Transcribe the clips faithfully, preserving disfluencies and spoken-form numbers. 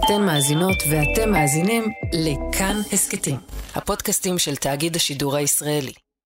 אתן מאזינות ואתם מאזינים לכאן הסקטים, הפודקאסטים של תאגיד השידור הישראלי.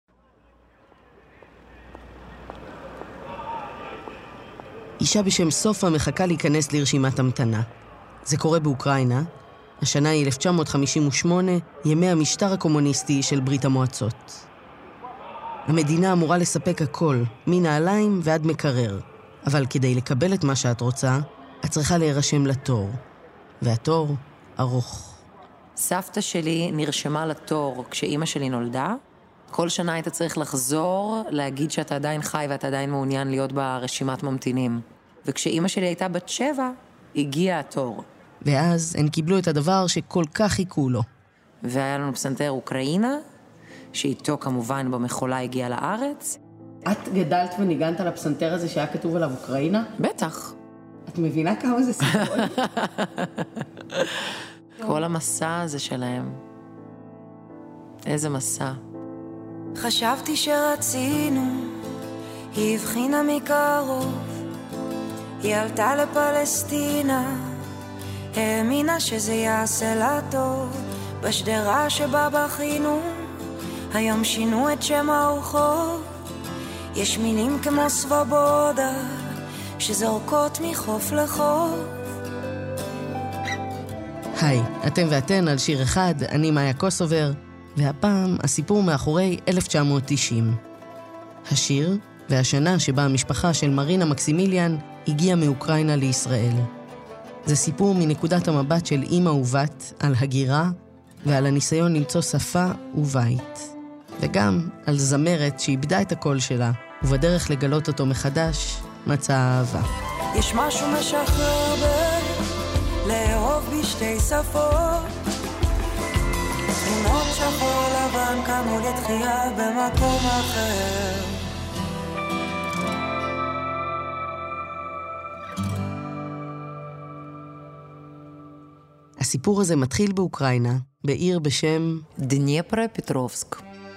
אישה בשם סופה מחכה להיכנס לרשימת המתנה. זה קורה באוקראינה. השנה היא אלף תשע מאות חמישים ושמונה, ימי המשטר הקומוניסטי של ברית המועצות. המדינה אמורה לספק הכל, מנעליים ועד מקרר. אבל כדי לקבל את מה שאת רוצה, את צריכה להירשם לתור. והתור ארוך. סבתא שלי נרשמה לתור כשאימא שלי נולדה. כל שנה היית צריך לחזור, להגיד שאתה עדיין חי ואתה עדיין מעוניין להיות ברשימת ממתינים. וכשאימא שלי הייתה בת שבע, הגיע התור. ואז הן קיבלו את הדבר שכל כך חיכו לו. והיה לנו פסנתר אוקראינה, שאיתו כמובן במחולה הגיע לארץ. את גדלת וניגנת על הפסנתר הזה שהיה כתוב עליו אוקראינה? בטח. את מבינה כמה זה סיפור? כל המסע הזה שלהם. איזה מסע. חשבתי שרצינו, היא הבחינה מקרוב, היא עלתה לפלסטינה, האמינה שזה יעשה לה טוב, בשדרה שבה בכינו, היום שינו את שם הרחוב, יש מילים כמו סבובודה, שזורקות מחוף לחוף. היי, אתם ואתן על שיר אחד, אני מאיה קוסובר, והפעם הסיפור מאחורי אלף תשע מאות תשעים. השיר והשנה שבה המשפחה של מרינה מקסימיליאן הגיעה מאוקראינה לישראל. זה סיפור מנקודת המבט של אמא ובת על הגירה ועל הניסיון למצוא שפה ובית. וגם על זמרת שאיבדה את הקול שלה, ובדרך לגלות אותו מחדש מצאה אהבה. יש משהו משחרר ב... לאהוב בשתי שפות, תמונות שחור לבן כמו לתחייה במקום אחר. הסיפור הזה מתחיל באוקראינה, בעיר בשם דניפרופטרובסק.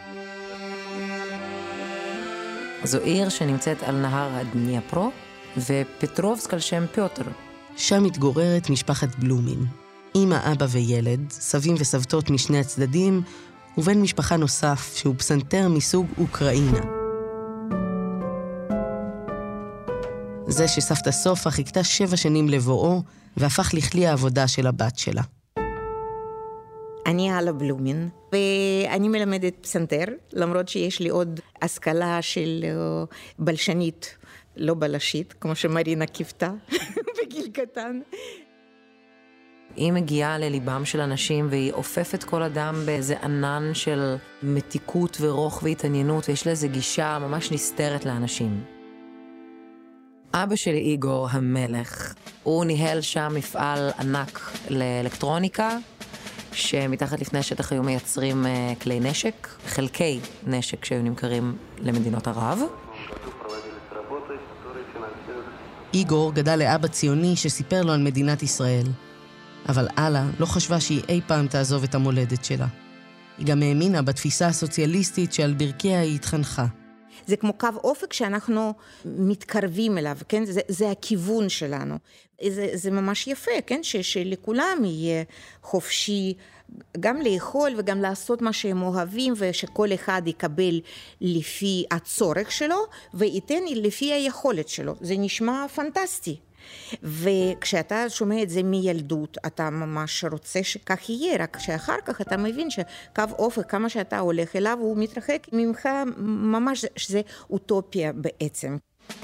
זו עיר שנמצאת על נהר הדניפרו, ופטרובסק על שם פיוטר. שם מתגוררת משפחת בלומין. אמא, אבא וילד, סבים וסבתות משני הצדדים, ובן משפחה נוסף שהוא פסנתר מסוג אוקראינה. זה שסבתא סופה חיכתה שבע שנים לבואו, והפך לכלי העבודה של הבת שלה. אני אלה בלומין, ואני מלמדת פסנתר, למרות שיש לי עוד השכלה של בלשנית, לא בלשית, כמו שמרינה קיוותה בגיל קטן. היא מגיעה לליבם של אנשים, והיא אופפת כל אדם באיזה ענן של מתיקות ורוח והתעניינות, ויש לה איזו גישה ממש נסתרת לאנשים. אבא שלי איגור המלך, הוא ניהל שם מפעל ענק לאלקטרוניקה, שמתחת לפני השטח היו מייצרים כלי נשק, חלקי נשק שהיו נמכרים למדינות ערב. איגור גדל לאבא ציוני שסיפר לו על מדינת ישראל. אבל אלה לא חשבה שהיא אי פעם תעזוב את המולדת שלה. היא גם האמינה בתפיסה הסוציאליסטית שעל ברכיה היא התחנכה. זה כמו קו אופק שאנחנו מתקרבים אליו, כן? זה, זה הכיוון שלנו. זה, זה ממש יפה, כן? ש, שלכולם יהיה חופשי גם לאכול וגם לעשות מה שהם אוהבים, ושכל אחד יקבל לפי הצורך שלו, וייתן לפי היכולת שלו. זה נשמע פנטסטי. וכשאתה שומע את זה מילדות, אתה ממש רוצה שכך יהיה, רק שאחר כך אתה מבין שקו אופק, כמה שאתה הולך אליו, הוא מתרחק ממך ממש, שזה אוטופיה בעצם.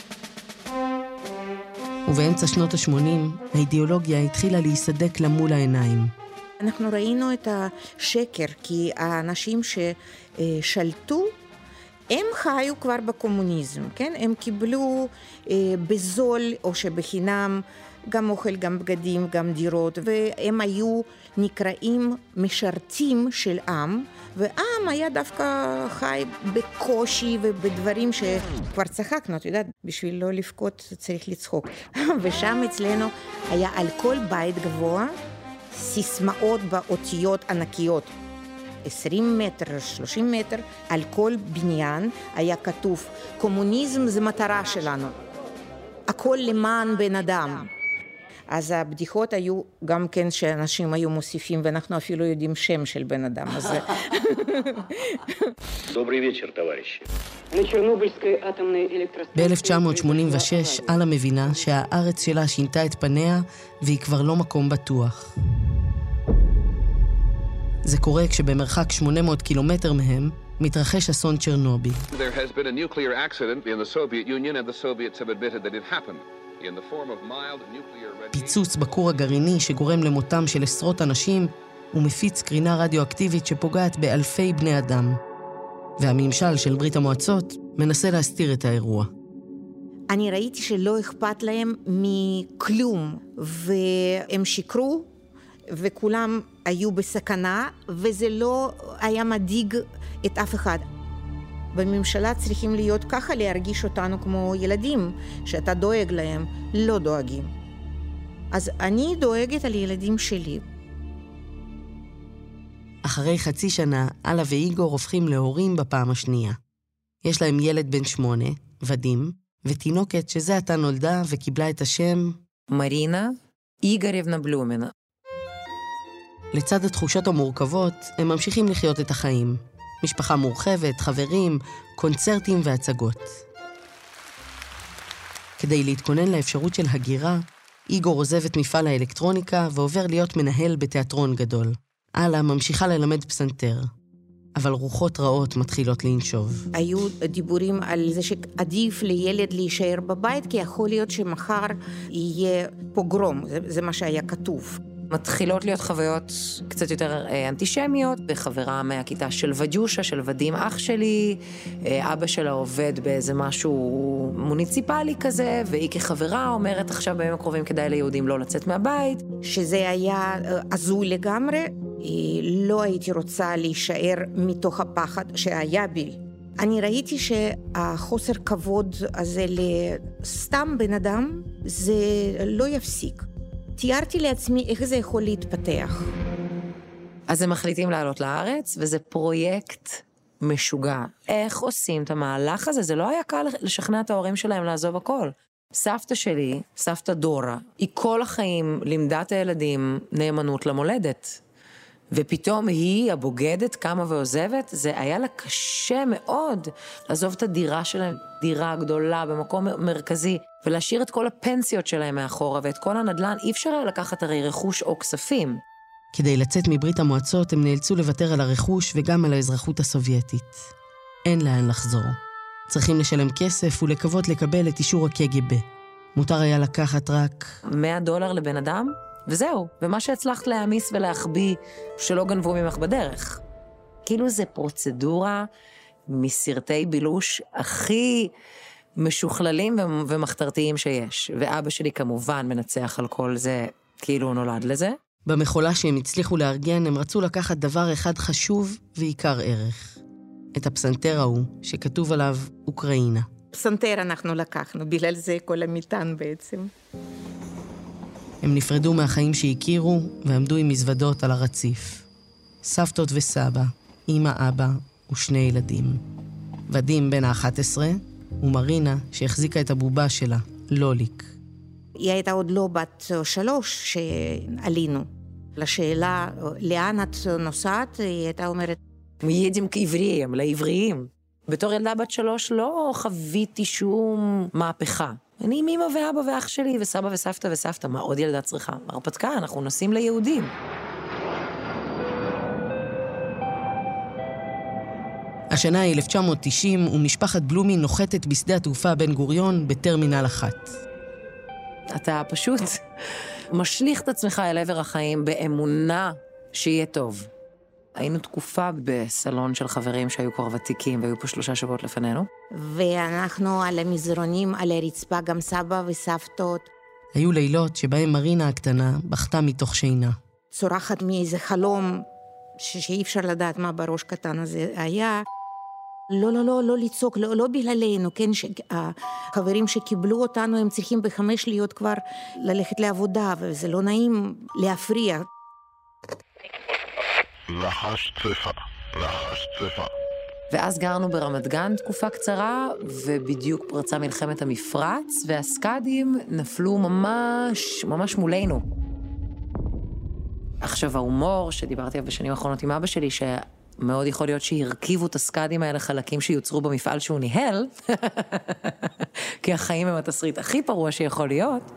ובאמצע שנות ה-שמונים, האידיאולוגיה התחילה להיסדק לה מול העיניים. אנחנו ראינו את השקר, כי האנשים ששלטו, הם חיו כבר בקומוניזם, כן? הם קיבלו אה, בזול או שבחינם גם אוכל, גם בגדים, גם דירות, והם היו נקראים משרתים של עם, ועם היה דווקא חי בקושי ובדברים שכבר צחקנו, את יודעת, בשביל לא לבכות צריך לצחוק. ושם אצלנו היה על כל בית גבוה סיסמאות באותיות ענקיות. עשרים מטר, שלושים מטר, על כל בניין היה כתוב, קומוניזם זה מטרה שלנו. הכל למען בן אדם. אז הבדיחות היו גם כן שאנשים היו מוסיפים, ואנחנו אפילו יודעים שם של בן אדם הזה. Добрый вечер, товарищи. ב-אלף תשע מאות שמונים ושש אלה מבינה שהארץ שלה שינתה את פניה והיא כבר לא מקום בטוח. זה קורה כשבמרחק שמונה מאות קילומטר מהם מתרחש אסון צ'רנוביל. There has been a nuclear accident in the Soviet Union and the Soviets have admitted that it happened in the form of mild nuclear radiation. פיצוץ בכור הגרעיני שגורם למותם של עשרות אנשים ומפיץ קרינה רדיואקטיבית שפוגעת באלפי בני אדם. והממשל של ברית המועצות מנסה להסתיר את האירוע. אני ראיתי שלא אכפת להם מכלום, והם שיקרו, וכולם היו בסכנה, וזה לא היה מדאיג את אף אחד. בממשלה צריכים להיות ככה, להרגיש אותנו כמו ילדים, שאתה דואג להם, לא דואגים. אז אני דואגת על ילדים שלי. אחרי חצי שנה, אלה ואיגור הופכים להורים בפעם השנייה. יש להם ילד בן שמונה, ודים, ותינוקת שזה עתה נולדה וקיבלה את השם מרינה איגורבנה בלומינה. לצד התחושות המורכבות, הם ממשיכים לחיות את החיים. משפחה מורחבת, חברים, קונצרטים והצגות. כדי להתכונן לאפשרות של הגירה, איגור עוזב את מפעל האלקטרוניקה ועובר להיות מנהל בתיאטרון גדול. אלה ממשיכה ללמד פסנתר, אבל רוחות רעות מתחילות לנשוב. היו דיבורים על זה שעדיף לילד להישאר בבית, כי יכול להיות שמחר יהיה פוגרום, זה, זה מה שהיה כתוב. מתחילות להיות חוויות קצת יותר אנטישמיות, בחברה מהכיתה של ודיושה, של ודים אח שלי, אבא שלה עובד באיזה משהו מוניציפלי כזה, והיא כחברה אומרת עכשיו בימים הקרובים כדאי ליהודים לא לצאת מהבית. שזה היה עזוי לגמרי, לא הייתי רוצה להישאר מתוך הפחד שהיה בי. אני ראיתי שהחוסר כבוד הזה לסתם בן אדם, זה לא יפסיק. תיארתי לעצמי איך זה יכול להתפתח. אז הם מחליטים לעלות לארץ, וזה פרויקט משוגע. איך עושים את המהלך הזה? זה לא היה קל לשכנע את ההורים שלהם לעזוב הכל. סבתא שלי, סבתא דורה, היא כל החיים לימדה את הילדים נאמנות למולדת. ופתאום היא, הבוגדת, קמה ועוזבת, זה היה לה קשה מאוד לעזוב את הדירה שלהם, דירה גדולה במקום מרכזי, ולהשאיר את כל הפנסיות שלהם מאחורה, ואת כל הנדלן. אי אפשר היה לקחת הרי רכוש או כספים. כדי לצאת מברית המועצות הם נאלצו לוותר על הרכוש וגם על האזרחות הסובייטית. אין לאן לחזור. צריכים לשלם כסף ולקוות לקבל את אישור ה-קג"ב. מותר היה לקחת רק מאה דולר לבן אדם? וזהו, ומה שהצלחת להעמיס ולהחביא שלא גנבו ממך בדרך. כאילו זה פרוצדורה מסרטי בילוש הכי משוכללים ומחתרתיים שיש. ואבא שלי כמובן מנצח על כל זה, כאילו הוא נולד לזה. במחולה שהם הצליחו לארגן, הם רצו לקחת דבר אחד חשוב ועיקר ערך. את הפסנתר ההוא שכתוב עליו אוקראינה. פסנתר אנחנו לקחנו, בגלל זה כל המטען בעצם. הם נפרדו מהחיים שהכירו ועמדו עם מזוודות על הרציף. סבתות וסבא, אמא, אבא ושני ילדים. ודים בן ה-אחת עשרה ומרינה שהחזיקה את הבובה שלה, לוליק. היא הייתה עוד לא בת שלוש שעלינו. לשאלה, לאן את נוסעת? היא הייתה אומרת, מיידים כעבריים, לעבריים. בתור ילדה בת שלוש לא חוויתי שום מהפכה. אני עם אמא ואבא ואח שלי וסבא וסבתא וסבתא. מה עוד ילדה צריכה? הרפתקה, אנחנו נוסעים ליהודים. השנה היא אלף תשע מאות תשעים ומשפחת בלומי נוחתת בשדה התעופה בן גוריון בטרמינל אחת. אתה פשוט משליך את עצמך אל עבר החיים באמונה שיהיה טוב. היינו תקופה בסלון של חברים שהיו כבר ותיקים והיו פה שלושה שבועות לפנינו. ואנחנו על המזרונים, על הרצפה, גם סבא וסבתות. היו לילות שבהם מרינה הקטנה בכתה מתוך שינה. צורחת מאיזה חלום ש- שאי אפשר לדעת מה בראש קטן הזה היה. לא, לא, לא, לא לצעוק, לא, לא בגללנו, כן, החברים שקיבלו אותנו הם צריכים בחמש להיות כבר ללכת לעבודה, וזה לא נעים להפריע. לחש צפה, לחש צפה. ואז גרנו ברמת גן תקופה קצרה, ובדיוק פרצה מלחמת המפרץ, והסקאדים נפלו ממש, ממש מולנו. עכשיו, ההומור שדיברתי עליו בשנים האחרונות עם אבא שלי, שמאוד יכול להיות שהרכיבו את הסקאדים האלה חלקים שיוצרו במפעל שהוא ניהל, כי החיים הם התסריט הכי פרוע שיכול להיות.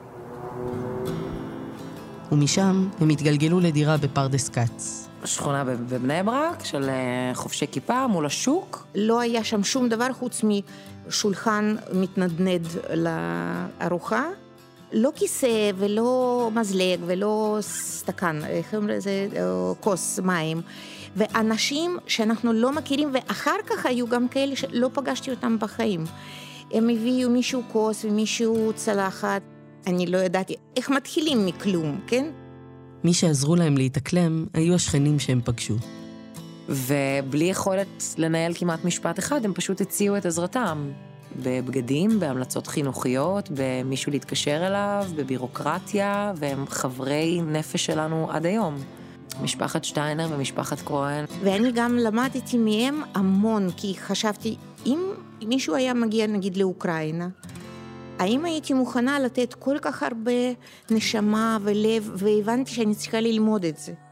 ומשם הם התגלגלו לדירה בפרדס כץ. שכונה בבני ברק של חובשי כיפה מול השוק. לא היה שם שום דבר חוץ משולחן מתנדנד לארוחה. לא כיסא ולא מזלג ולא סטקן, זה כוס מים. ואנשים שאנחנו לא מכירים, ואחר כך היו גם כאלה שלא פגשתי אותם בחיים. הם הביאו מישהו כוס ומישהו צלחת. אני לא ידעתי איך מתחילים מכלום, כן? מי שעזרו להם להתאקלם היו השכנים שהם פגשו. ובלי יכולת לנהל כמעט משפט אחד, הם פשוט הציעו את עזרתם. בבגדים, בהמלצות חינוכיות, במישהו להתקשר אליו, בבירוקרטיה, והם חברי נפש שלנו עד היום. משפחת שטיינר ומשפחת כהן. ואני גם למדתי מהם המון, כי חשבתי, אם מישהו היה מגיע נגיד לאוקראינה, האם הייתי מוכנה לתת כל כך הרבה נשמה ולב, והבנתי שאני צריכה ללמוד את זה.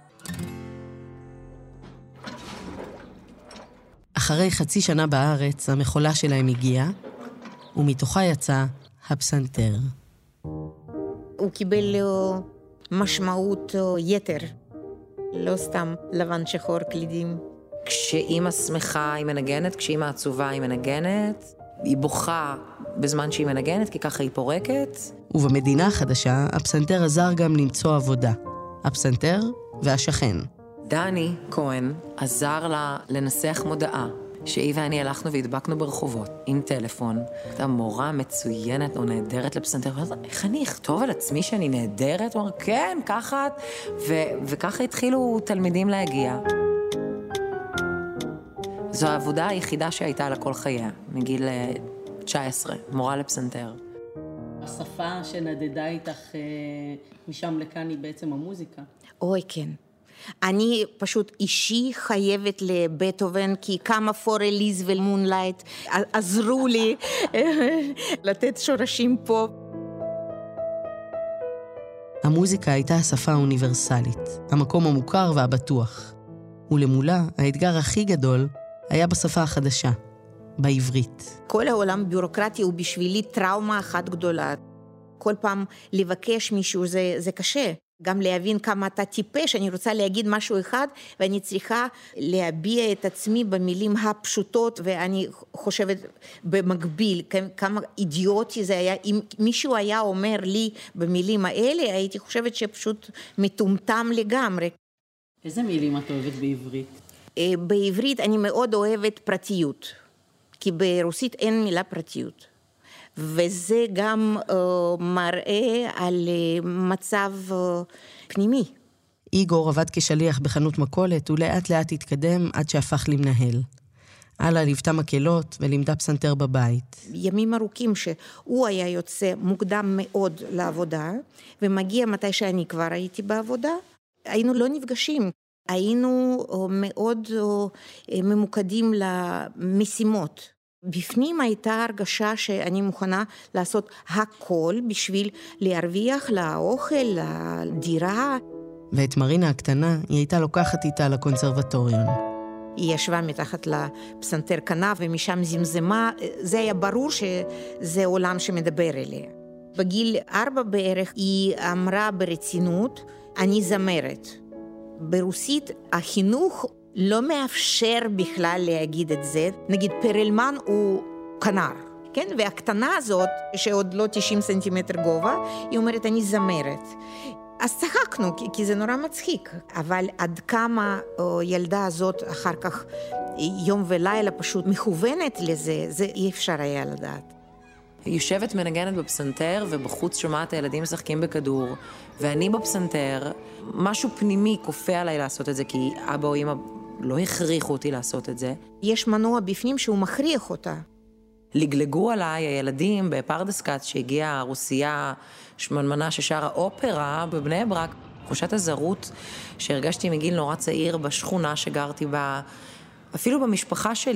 אחרי חצי שנה בארץ, המחולה שלהם הגיעה, ומתוכה יצא הפסנתר. הוא קיבל משמעות יתר, לא סתם לבן שחור קלידים. כשאימא שמחה היא מנגנת, כשאימא עצובה היא מנגנת, היא בוכה בזמן שהיא מנגנת, כי ככה היא פורקת. ובמדינה החדשה, הפסנתר עזר גם למצוא עבודה. הפסנתר והשכן. דני כהן עזר לה לנסח מודעה, שהיא ואני הלכנו והדבקנו ברחובות עם טלפון. הייתה מורה מצוינת או נהדרת לפסנתר, איך אני אכתוב על עצמי שאני נהדרת? הוא אמר, כן, ככה, ו- וככה התחילו תלמידים להגיע. זו העבודה היחידה שהייתה לה כל חייה, מגיל תשע עשרה, מורה לפסנתר. השפה שנדדה איתך משם לכאן היא בעצם המוזיקה. אוי, כן. אני פשוט אישי חייבת לבטהובן, כי כמה פור אליז ומונלייט עזרו לי לתת שורשים פה. המוזיקה הייתה השפה האוניברסלית, המקום המוכר והבטוח. ולמולה, האתגר הכי גדול היה בשפה החדשה, בעברית. כל העולם ביורוקרטי הוא בשבילי טראומה אחת גדולה. כל פעם לבקש מישהו זה, זה קשה. גם להבין כמה אתה טיפש, אני רוצה להגיד משהו אחד, ואני צריכה להביע את עצמי במילים הפשוטות, ואני חושבת במקביל, כמה אידיוטי זה היה. אם מישהו היה אומר לי במילים האלה, הייתי חושבת שפשוט מטומטם לגמרי. איזה מילים את אוהבת בעברית? בעברית אני מאוד אוהבת פרטיות, כי ברוסית אין מילה פרטיות. וזה גם uh, מראה על uh, מצב uh, פנימי. איגור עבד כשליח בחנות מכולת, ולאט לאט התקדם עד שהפך למנהל. הלאה ליוותה מקלות ולימדה פסנתר בבית. ימים ארוכים שהוא היה יוצא מוקדם מאוד לעבודה, ומגיע מתי שאני כבר הייתי בעבודה, היינו לא נפגשים. היינו uh, מאוד uh, ממוקדים למשימות. בפנים הייתה הרגשה שאני מוכנה לעשות הכל בשביל להרוויח לאוכל, לדירה. ואת מרינה הקטנה היא הייתה לוקחת איתה לקונסרבטוריון. היא ישבה מתחת לפסנתר כנף ומשם זמזמה, זה היה ברור שזה עולם שמדבר אליה. בגיל ארבע בערך היא אמרה ברצינות, אני זמרת. ברוסית החינוך לא מאפשר בכלל להגיד את זה. נגיד פרלמן הוא כנר, כן? והקטנה הזאת, שעוד לא תשעים סנטימטר גובה, היא אומרת, אני זמרת. אז צחקנו, כי זה נורא מצחיק. אבל עד כמה ילדה הזאת אחר כך יום ולילה פשוט מכוונת לזה, זה אי אפשר היה לדעת. יושבת מנגנת בפסנתר, ובחוץ שומעת הילדים משחקים בכדור, ואני בפסנתר, משהו פנימי כופה עליי לעשות את זה, כי אבא או אמא לא הכריחו אותי לעשות את זה. יש מנוע בפנים שהוא מכריח אותה. לגלגו עליי הילדים בפרדס כץ, שהגיעה הרוסיה שמנמנה ששרה אופרה בבני ברק. תחושת הזרות שהרגשתי מגיל נורא צעיר בשכונה שגרתי בה, אפילו במשפחה שלי.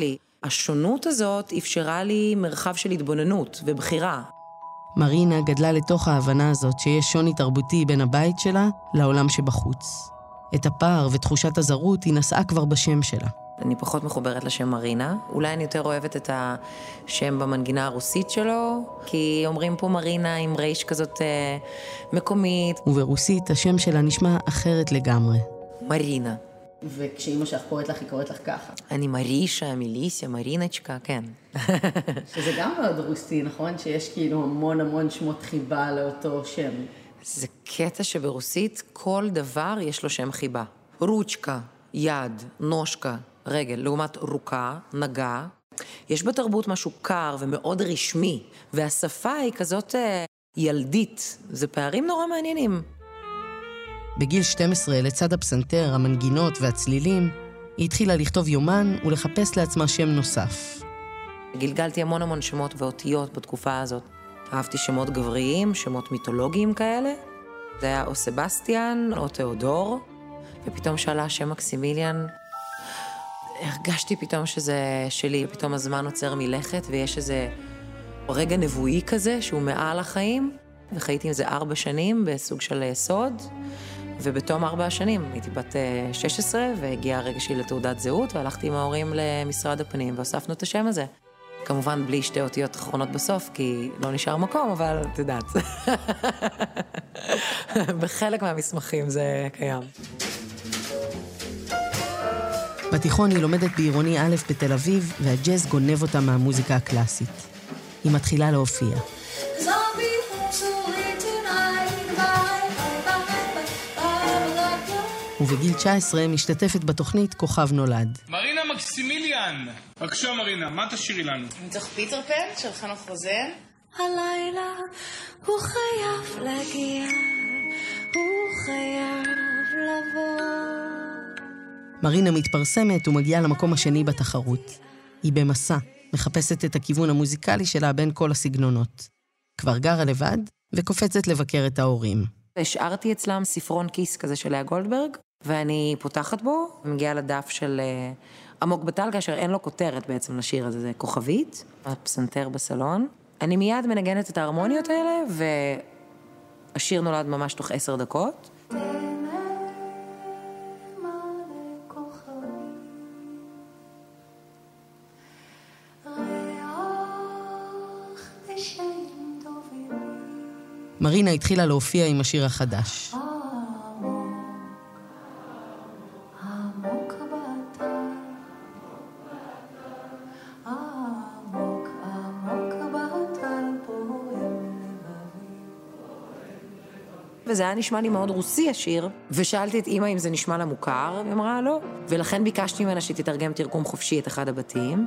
השונות הזאת אפשרה לי מרחב של התבוננות ובחירה. מרינה גדלה לתוך ההבנה הזאת שיש שוני תרבותי בין הבית שלה לעולם שבחוץ. את הפער ותחושת הזרות היא נשאה כבר בשם שלה. אני פחות מחוברת לשם מרינה. אולי אני יותר אוהבת את השם במנגינה הרוסית שלו, כי אומרים פה מרינה עם רייש כזאת אה, מקומית. וברוסית השם שלה נשמע אחרת לגמרי. מרינה. וכשאימא שלך קוראת לך, היא קוראת לך ככה. אני מרישה, מיליסיה, מרינצ'קה, כן. שזה גם מאוד רוסי, נכון? שיש כאילו המון המון שמות חיבה לאותו שם. זה קטע שברוסית כל דבר יש לו שם חיבה. רוצ'קה, יד, נושקה, רגל, לעומת רוקה, נגה. יש בתרבות משהו קר ומאוד רשמי, והשפה היא כזאת אה, ילדית. זה פערים נורא מעניינים. בגיל שתים עשרה, לצד הפסנתר, המנגינות והצלילים, היא התחילה לכתוב יומן ולחפש לעצמה שם נוסף. גלגלתי המון המון שמות ואותיות בתקופה הזאת. אהבתי שמות גבריים, שמות מיתולוגיים כאלה. זה היה או סבסטיאן או תיאודור, ופתאום שאלה השם מקסימיליאן. הרגשתי פתאום שזה שלי, פתאום הזמן עוצר מלכת, ויש איזה רגע נבואי כזה שהוא מעל החיים, וחייתי עם זה ארבע שנים בסוג של סוד, ובתום ארבע השנים הייתי בת שש עשרה, והגיע הרגע שלי לתעודת זהות, והלכתי עם ההורים למשרד הפנים, והוספנו את השם הזה. כמובן בלי שתי אותיות אחרונות בסוף, כי לא נשאר מקום, אבל את יודעת. בחלק מהמסמכים זה קיים. בתיכון היא לומדת בעירוני א' בתל אביב, והג'אז גונב אותה מהמוזיקה הקלאסית. היא מתחילה להופיע. ובגיל תשע עשרה משתתפת בתוכנית כוכב נולד. מרינה מקסימיליאן. בבקשה מרינה, מה תשאירי לנו? אני צריך פיטר פן של חנוך רוזן. הלילה הוא חייב להגיע, הוא חייב לבוא. מרינה מתפרסמת ומגיעה למקום השני בתחרות. היא במסע, מחפשת את הכיוון המוזיקלי שלה בין כל הסגנונות. כבר גרה לבד וקופצת לבקר את ההורים. השארתי אצלם ספרון כיס כזה של לאה גולדברג, ואני פותחת בו, ומגיעה לדף של uh, עמוק בטל, כאשר אין לו כותרת בעצם לשיר הזה, זה כוכבית, הפסנתר בסלון. אני מיד מנגנת את ההרמוניות האלה, והשיר נולד ממש תוך עשר דקות. מרינה התחילה להופיע עם השיר החדש. וזה היה נשמע לי מאוד רוסי השיר, ושאלתי את אמא אם זה נשמע לה מוכר, והיא אמרה לא. ולכן ביקשתי ממנה שתתרגם תרגום חופשי את אחד הבתים.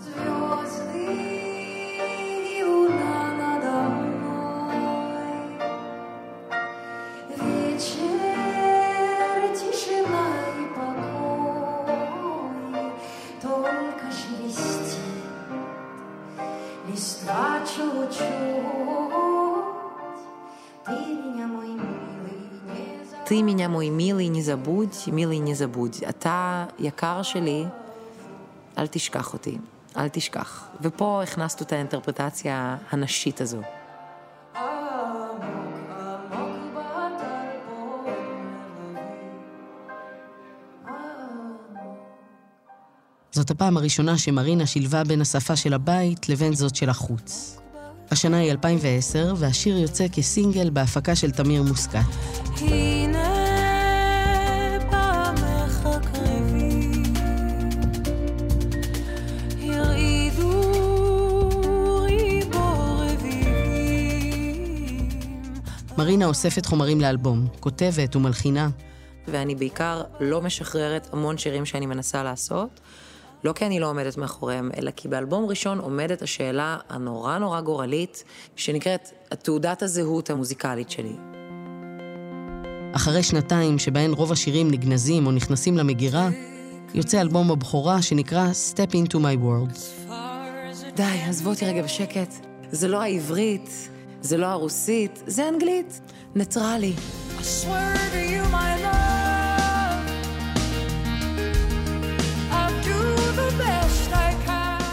Ты меня, мой милый, не забудь, милый, не забудь. אתה, יקר שלי, אל תשכח אותי, אל תשכח. ופה הכנסנו את האינטרפרטציה הנשית הזו. זאת הפעם הראשונה שמרינה שילבה בין השפה של הבית לבין זאת של החוץ. השנה היא אלפיים ועשר, והשיר יוצא כסינגל בהפקה של תמיר מוסקת. הנה פעמך הקרבים ירעידו ריבו רביבים. מרינה אוספת חומרים לאלבום, כותבת ומלחינה. ואני בעיקר לא משחררת המון שירים שאני מנסה לעשות, לא כי אני לא עומדת מאחוריהם, אלא כי באלבום ראשון עומדת השאלה הנורא נורא גורלית, שנקראת תעודת הזהות המוזיקלית שלי. אחרי שנתיים שבהן רוב השירים נגנזים או נכנסים למגירה, יוצא אלבום הבכורה שנקרא Step into my world. די, עזבו אותי רגע בשקט. זה לא העברית, זה לא הרוסית, זה אנגלית. ניטרלי. I swear to you my love I'll do the best I can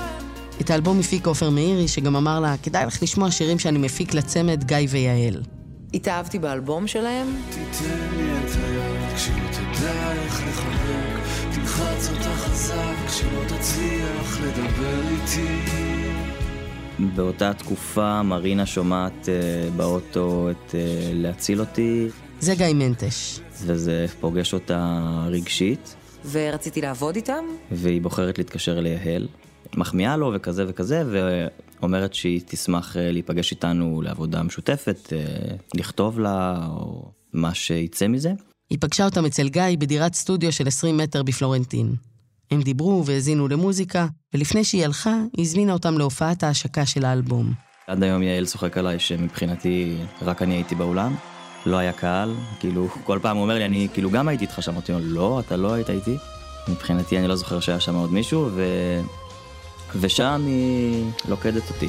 את האלבום הפיק עופר מאירי, שגם אמר לה, כדאי לך לשמוע שירים שאני מפיק לצמד גיא ויעל. התאהבתי באלבום שלהם. תיתן לי את היד כשלא תדע איך לחבק, תלחץ אותה חזק כשלא תצליח לדבר איתי. באותה תקופה מרינה שומעת uh, באוטו את uh, להציל אותי. זה גיא מנטש. וזה פוגש אותה רגשית. ורציתי לעבוד איתם. והיא בוחרת להתקשר ליהל. מחמיאה לו וכזה וכזה, ואומרת שהיא תשמח להיפגש איתנו לעבודה משותפת, לכתוב לה או מה שיצא מזה. היא פגשה אותם אצל גיא בדירת סטודיו של עשרים מטר בפלורנטין. הם דיברו והזינו למוזיקה, ולפני שהיא הלכה, היא הזמינה אותם להופעת ההשקה של האלבום. עד היום יעל צוחק עליי שמבחינתי רק אני הייתי באולם, לא היה קהל, כאילו כל פעם הוא אומר לי, אני כאילו גם הייתי איתך שם, אותי, לא, אתה לא היית איתי. מבחינתי אני לא זוכר שהיה שם עוד מישהו, ו... ושם היא לוקדת אותי.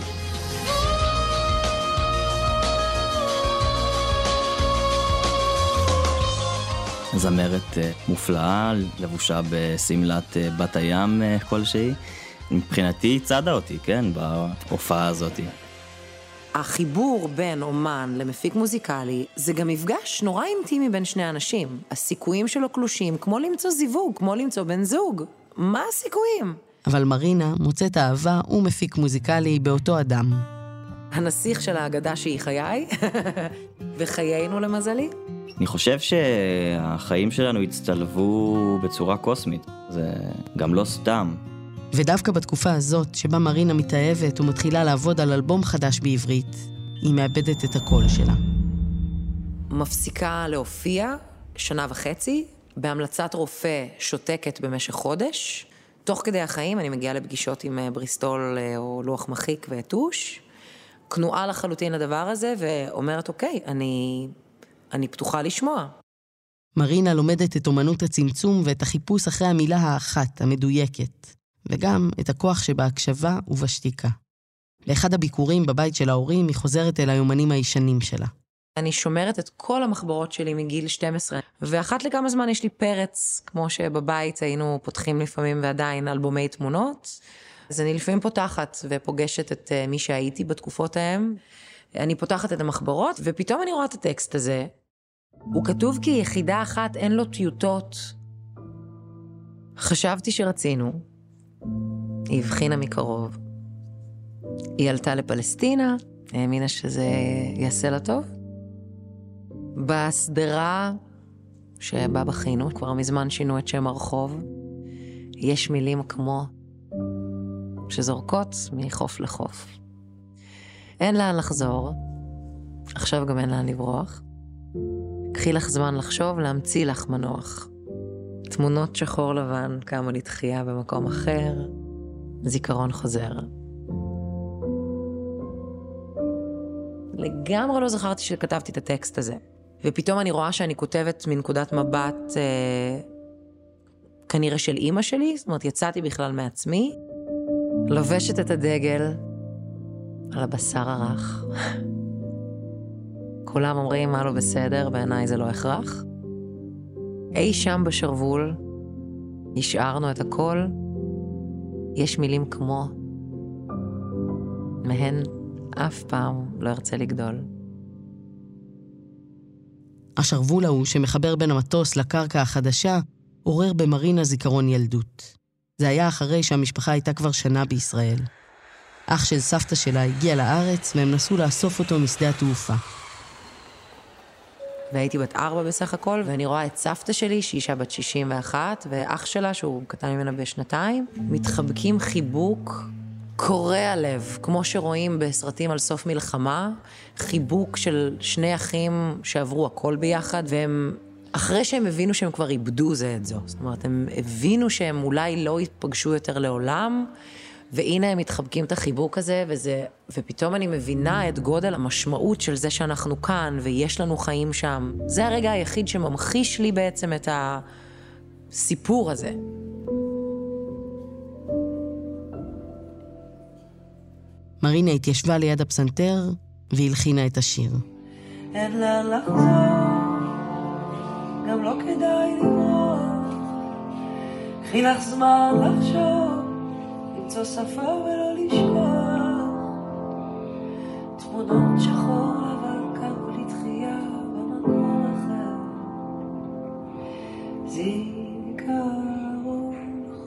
זמרת מופלאה, לבושה בסמלת בת הים כלשהי. מבחינתי היא צדה אותי, כן, בהופעה הזאת. החיבור בין אומן למפיק מוזיקלי זה גם מפגש נורא אינטימי בין שני אנשים. הסיכויים שלו קלושים, כמו למצוא זיווג, כמו למצוא בן זוג. מה הסיכויים? אבל מרינה מוצאת אהבה ומפיק מוזיקלי באותו אדם. הנסיך של האגדה שהיא חיי, וחיינו למזלי. אני חושב שהחיים שלנו הצטלבו בצורה קוסמית. זה גם לא סתם. ודווקא בתקופה הזאת, שבה מרינה מתאהבת ומתחילה לעבוד על אלבום חדש בעברית, היא מאבדת את הקול שלה. מפסיקה להופיע שנה וחצי, בהמלצת רופא שותקת במשך חודש. תוך כדי החיים אני מגיעה לפגישות עם בריסטול או לוח מחיק וטוש, כנועה לחלוטין לדבר הזה, ואומרת, אוקיי, אני, אני פתוחה לשמוע. מרינה לומדת את אומנות הצמצום ואת החיפוש אחרי המילה האחת, המדויקת, וגם את הכוח שבהקשבה ובשתיקה. לאחד הביקורים בבית של ההורים היא חוזרת אל היומנים הישנים שלה. אני שומרת את כל המחברות שלי מגיל שתים עשרה, ואחת לכמה זמן יש לי פרץ, כמו שבבית היינו פותחים לפעמים ועדיין אלבומי תמונות, אז אני לפעמים פותחת ופוגשת את מי שהייתי בתקופות ההם, אני פותחת את המחברות, ופתאום אני רואה את הטקסט הזה, הוא כתוב כי יחידה אחת אין לו טיוטות. חשבתי שרצינו, היא הבחינה מקרוב, היא עלתה לפלסטינה, האמינה שזה יעשה לה טוב, בסדרה שבה בכינו, כבר מזמן שינו את שם הרחוב, יש מילים כמו שזורקות מחוף לחוף. אין לאן לחזור, עכשיו גם אין לאן לברוח. קחי לך זמן לחשוב, להמציא לך מנוח. תמונות שחור לבן, כמה לתחייה במקום אחר, זיכרון חוזר. לגמרי לא זכרתי שכתבתי את הטקסט הזה. ופתאום אני רואה שאני כותבת מנקודת מבט אה, כנראה של אמא שלי, זאת אומרת יצאתי בכלל מעצמי, לובשת את הדגל על הבשר הרך. כולם אומרים מה לא בסדר, בעיניי זה לא הכרח. אי שם בשרבול, השארנו את הכל, יש מילים כמו, מהן אף פעם לא ארצה לגדול. השרבול ההוא שמחבר בין המטוס לקרקע החדשה, עורר במרינה זיכרון ילדות. זה היה אחרי שהמשפחה הייתה כבר שנה בישראל. אח של סבתא שלה הגיע לארץ, והם נסו לאסוף אותו משדה התעופה. והייתי בת ארבע בסך הכל, ואני רואה את סבתא שלי, שהיא אישה בת שישים ואחת, ואח שלה, שהוא קטן ממנה בשנתיים, מתחבקים חיבוק קורע לב, כמו שרואים בסרטים על סוף מלחמה, חיבוק של שני אחים שעברו הכל ביחד, והם, אחרי שהם הבינו שהם כבר איבדו זה את זו, זאת אומרת, הם הבינו שהם אולי לא יתפגשו יותר לעולם, והנה הם מתחבקים את החיבוק הזה, וזה, ופתאום אני מבינה את גודל המשמעות של זה שאנחנו כאן, ויש לנו חיים שם. זה הרגע היחיד שממחיש לי בעצם את הסיפור הזה. מרינה התיישבה ליד הפסנתר, והלחינה את השיר. אין לאן לחזור, גם לא כדאי לברוח, קחי לך זמן לחשוב, למצוא שפה ולא לשכוח תמונות שחור לבן קרו לתחייה במקום אחר זיכרון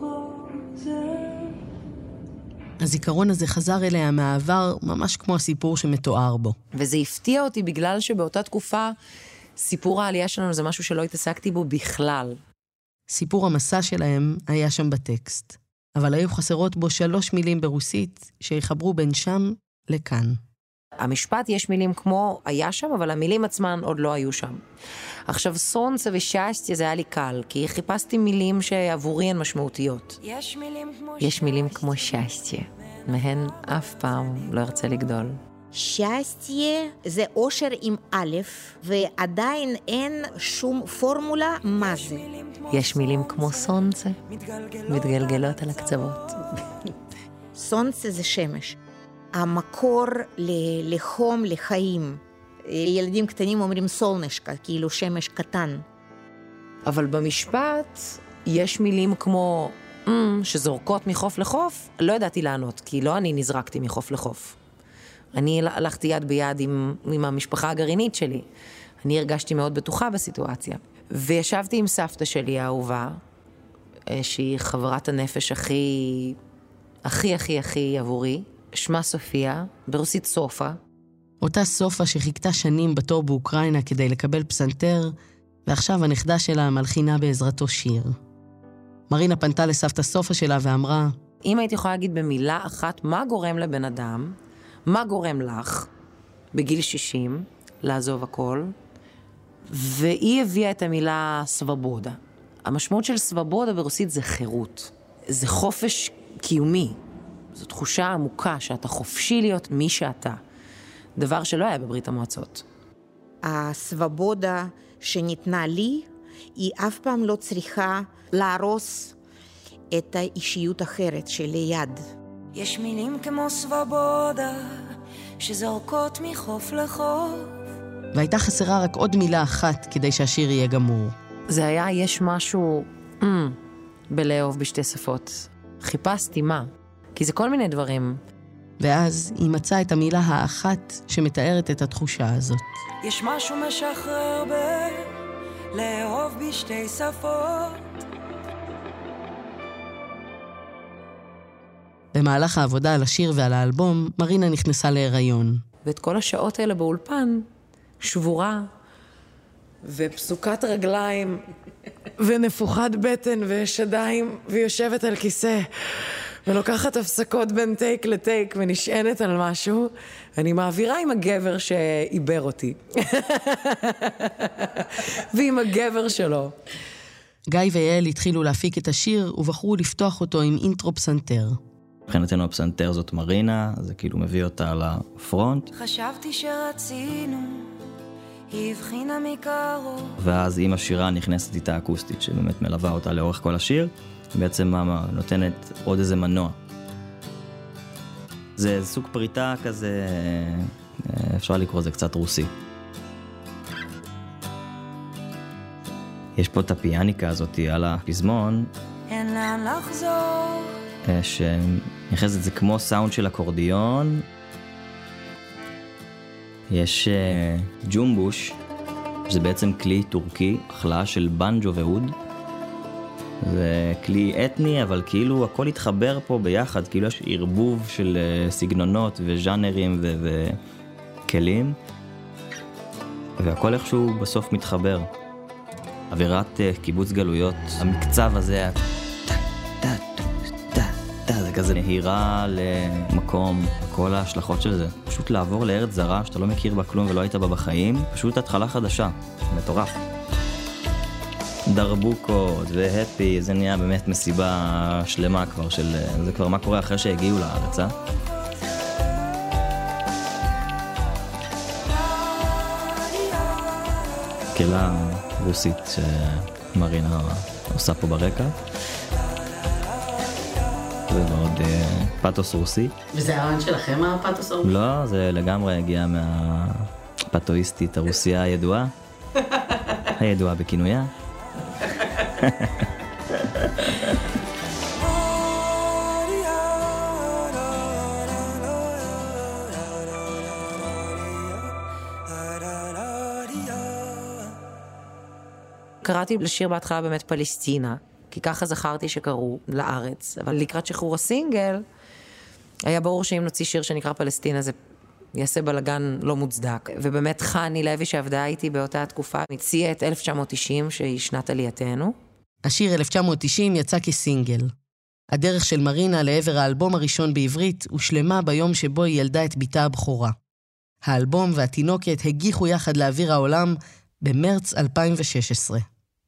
חוזר. הזיכרון הזה חזר אליה מהעבר ממש כמו הסיפור שמתואר בו. וזה הפתיע אותי בגלל שבאותה תקופה סיפור העלייה שלנו זה משהו שלא התעסקתי בו בכלל. סיפור המסע שלהם היה שם בטקסט, אבל היו חסרות בו שלוש מילים ברוסית שיחברו בין שם לכאן. המשפט יש מילים כמו היה שם, אבל המילים עצמן עוד לא היו שם. עכשיו סונצה וששטיה זה היה לי קל, כי חיפשתי מילים שעבורי הן משמעותיות. יש מילים כמו יש מילים כמו ששטיה, מהן אף פעם לא ארצה לגדול. שסטיה זה אושר עם א', ועדיין אין שום פורמולה מה זה. יש מילים כמו סונצה, מתגלגלות על הקצוות. סונצה זה שמש. המקור ל- לחום, לחיים. ילדים קטנים אומרים סולנשקה, כאילו שמש קטן. אבל במשפט יש מילים כמו mm, שזורקות מחוף לחוף, לא ידעתי לענות, כי לא אני נזרקתי מחוף לחוף. אני הלכתי יד ביד עם, עם המשפחה הגרעינית שלי. אני הרגשתי מאוד בטוחה בסיטואציה. וישבתי עם סבתא שלי האהובה, שהיא חברת הנפש הכי, הכי, הכי, הכי עבורי. שמה סופיה, ברוסית סופה. אותה סופה שחיכתה שנים בתור באוקראינה כדי לקבל פסנתר, ועכשיו הנכדה שלה מלחינה בעזרתו שיר. מרינה פנתה לסבתא סופה שלה ואמרה, אם היית יכולה להגיד במילה אחת מה גורם לבן אדם, מה גורם לך, בגיל שישים, לעזוב הכל, והיא הביאה את המילה סבבודה. המשמעות של סבבודה ברוסית זה חירות. זה חופש קיומי. זו תחושה עמוקה שאתה חופשי להיות מי שאתה. דבר שלא היה בברית המועצות. הסבבודה שניתנה לי, היא אף פעם לא צריכה להרוס את האישיות אחרת שליד. יש מילים כמו סבבודה שזורקות מחוף לחוף. והייתה חסרה רק עוד מילה אחת כדי שהשיר יהיה גמור. זה היה, יש משהו mm, בלאהוב בשתי שפות. חיפשתי מה? כי זה כל מיני דברים. ואז היא מצאה את המילה האחת שמתארת את התחושה הזאת. יש משהו משחרר ב... לאהוב בשתי שפות. במהלך העבודה על השיר ועל האלבום, מרינה נכנסה להיריון. ואת כל השעות האלה באולפן, שבורה, ופסוקת רגליים, ונפוחת בטן ושדיים, ויושבת על כיסא, ולוקחת הפסקות בין טייק לטייק, ונשענת על משהו, אני מעבירה עם הגבר שעיבר אותי. ועם הגבר שלו. גיא ויעל התחילו להפיק את השיר, ובחרו לפתוח אותו עם אינטרו פסנתר. מבחינתנו הפסנתר זאת מרינה, זה כאילו מביא אותה לפרונט. חשבתי שרצינו, היא הבחינה מקרוב. ואז עם השירה נכנסת איתה אקוסטית, שבאמת מלווה אותה לאורך כל השיר, בעצם מאמה נותנת עוד איזה מנוע. זה סוג פריטה כזה, אפשר לקרוא זה קצת רוסי. יש פה את הפיאניקה הזאת על הפזמון. אין לאן לחזור. שנכנס את זה כמו סאונד של אקורדיון. יש uh, ג'ומבוש, זה בעצם כלי טורקי, החלאה של בנג'ו והוד. זה כלי אתני, אבל כאילו הכל התחבר פה ביחד, כאילו יש ערבוב של uh, סגנונות וז'אנרים ו- וכלים. והכל איכשהו בסוף מתחבר. אווירת uh, קיבוץ גלויות, המקצב הזה... זה כזה נהירה למקום, כל ההשלכות של זה. פשוט לעבור לארץ זרה שאתה לא מכיר בה כלום ולא היית בה בחיים, פשוט התחלה חדשה, מטורף. דרבוקות והפי, זה נהיה באמת מסיבה שלמה כבר של... זה כבר מה קורה אחרי שהגיעו לארץ, אה? קהילה רוסית שמרינה עושה פה ברקע. זה מאוד uh, פאטוס רוסי. וזה הרעיון שלכם הפאטוס הרוסי? לא, זה לגמרי הגיע מהפאטואיסטית הרוסיה הידועה. הידועה בכינויה. קראתי לשיר בהתחלה באמת פלסטינה, כי ככה זכרתי שקראו לארץ, אבל לקראת שחרור הסינגל, היה ברור שאם נוציא שיר שנקרא פלסטינה, זה יעשה בלגן לא מוצדק. ובאמת חני לוי שעבדה איתי באותה התקופה, הציעה את אלף תשע מאות תשעים, שהיא שנת עלייתנו. השיר אלף תשע מאות תשעים יצא כסינגל. הדרך של מרינה לעבר האלבום הראשון בעברית הושלמה ביום שבו היא ילדה את ביתה הבכורה. האלבום והתינוקת הגיחו יחד לאוויר העולם במרץ אלפיים ושש עשרה.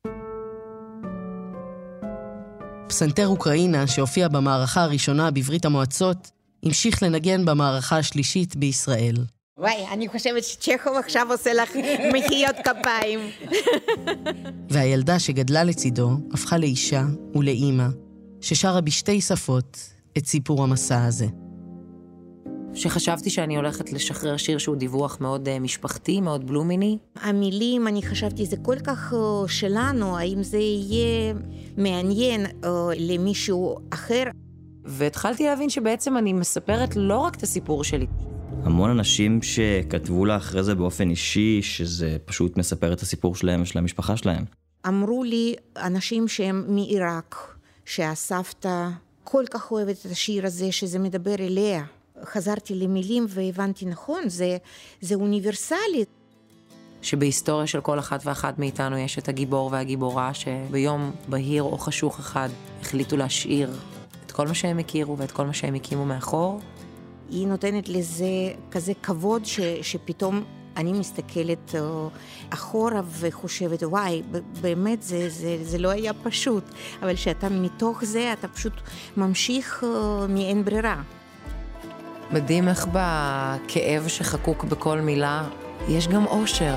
פסנתר אוקראינה שהופיע במערכה הראשונה בברית המועצות, המשיך לנגן במערכה השלישית בישראל. וואי, אני חושבת שצ'כוב עכשיו עושה לך מחיאות כפיים. והילדה שגדלה לצידו הפכה לאישה ולאימא, ששרה בשתי שפות את סיפור המסע הזה. שחשבתי שאני הולכת לשחרר שיר שהוא דיווח מאוד uh, משפחתי, מאוד בלומיני. המילים, אני חשבתי, זה כל כך uh, שלנו, האם זה יהיה מעניין uh, למישהו אחר. והתחלתי להבין שבעצם אני מספרת לא רק את הסיפור שלי. המון אנשים שכתבו לה אחרי זה באופן אישי, שזה פשוט מספר את הסיפור שלהם ושל המשפחה שלהם. אמרו לי אנשים שהם מעיראק, שהסבתא כל כך אוהבת את השיר הזה, שזה מדבר אליה. חזרתי למילים והבנתי נכון, זה, זה אוניברסלי. שבהיסטוריה של כל אחת ואחת מאיתנו יש את הגיבור והגיבורה שביום בהיר או חשוך אחד החליטו להשאיר את כל מה שהם הכירו ואת כל מה שהם הקימו מאחור. היא נותנת לזה כזה כבוד ש, שפתאום אני מסתכלת אחורה וחושבת, וואי, באמת זה, זה, זה לא היה פשוט. אבל שאתה מתוך זה, אתה פשוט ממשיך מאין ברירה. מדהים איך בכאב שחקוק בכל מילה, יש גם אושר.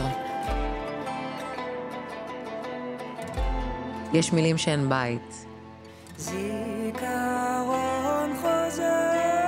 יש מילים שהן בית. זיכרון חוזר.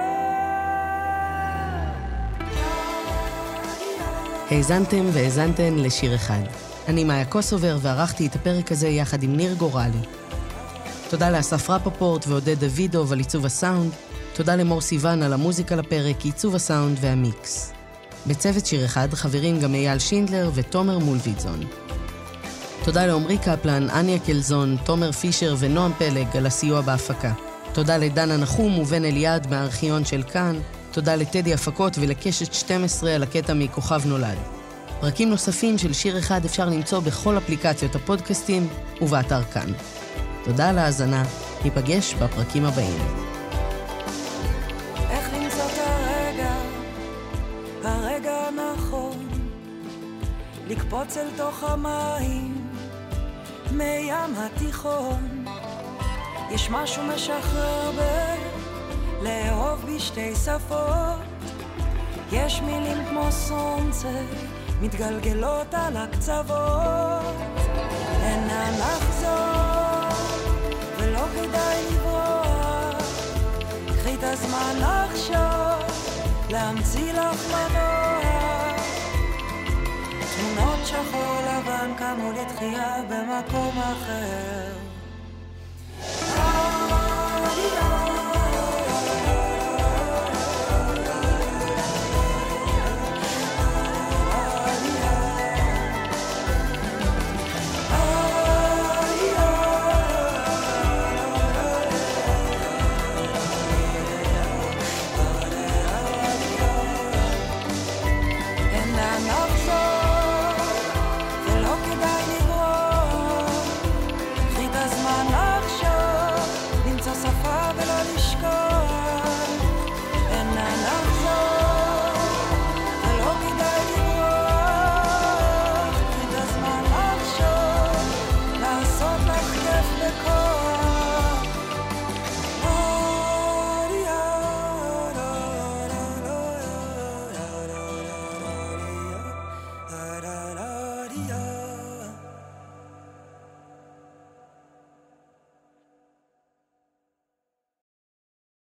האזנתם והאזנתן לשיר אחד. אני מאיה קוסובר וערכתי את הפרק הזה יחד עם ניר גורלי. תודה לאסף רפפורט ועודד דוידוב על עיצוב הסאונד. תודה למור סיוון על המוזיקה לפרק, עיצוב הסאונד והמיקס. בצוות שיר אחד חברים גם אייל שינדלר ותומר מולביטזון. תודה לעומרי קפלן, אניה קלזון, תומר פישר ונועם פלג על הסיוע בהפקה. תודה לדנה נחום ובן אליעד מהארכיון של כאן. תודה לטדי הפקות ולקשת שתים עשרה על הקטע מכוכב נולד. פרקים נוספים של שיר אחד אפשר למצוא בכל אפליקציות הפודקאסטים ובאתר כאן. תודה על ההאזנה, ניפגש בפרקים הבאים. איך למצוא את הרגע, הרגע הנכון, לקפוץ אל תוך המים, מים התיכון. יש משהו משחרר ב... לאהוב בשתי שפות. יש מילים כמו סונצה, מתגלגלות על הקצוות. אינה לחזור, ולא כדאי לברוח. קחי את הזמן לחשוב, להמציא לך מנוע. תמונות שחור לבן קמו לתחייה במקום אחר.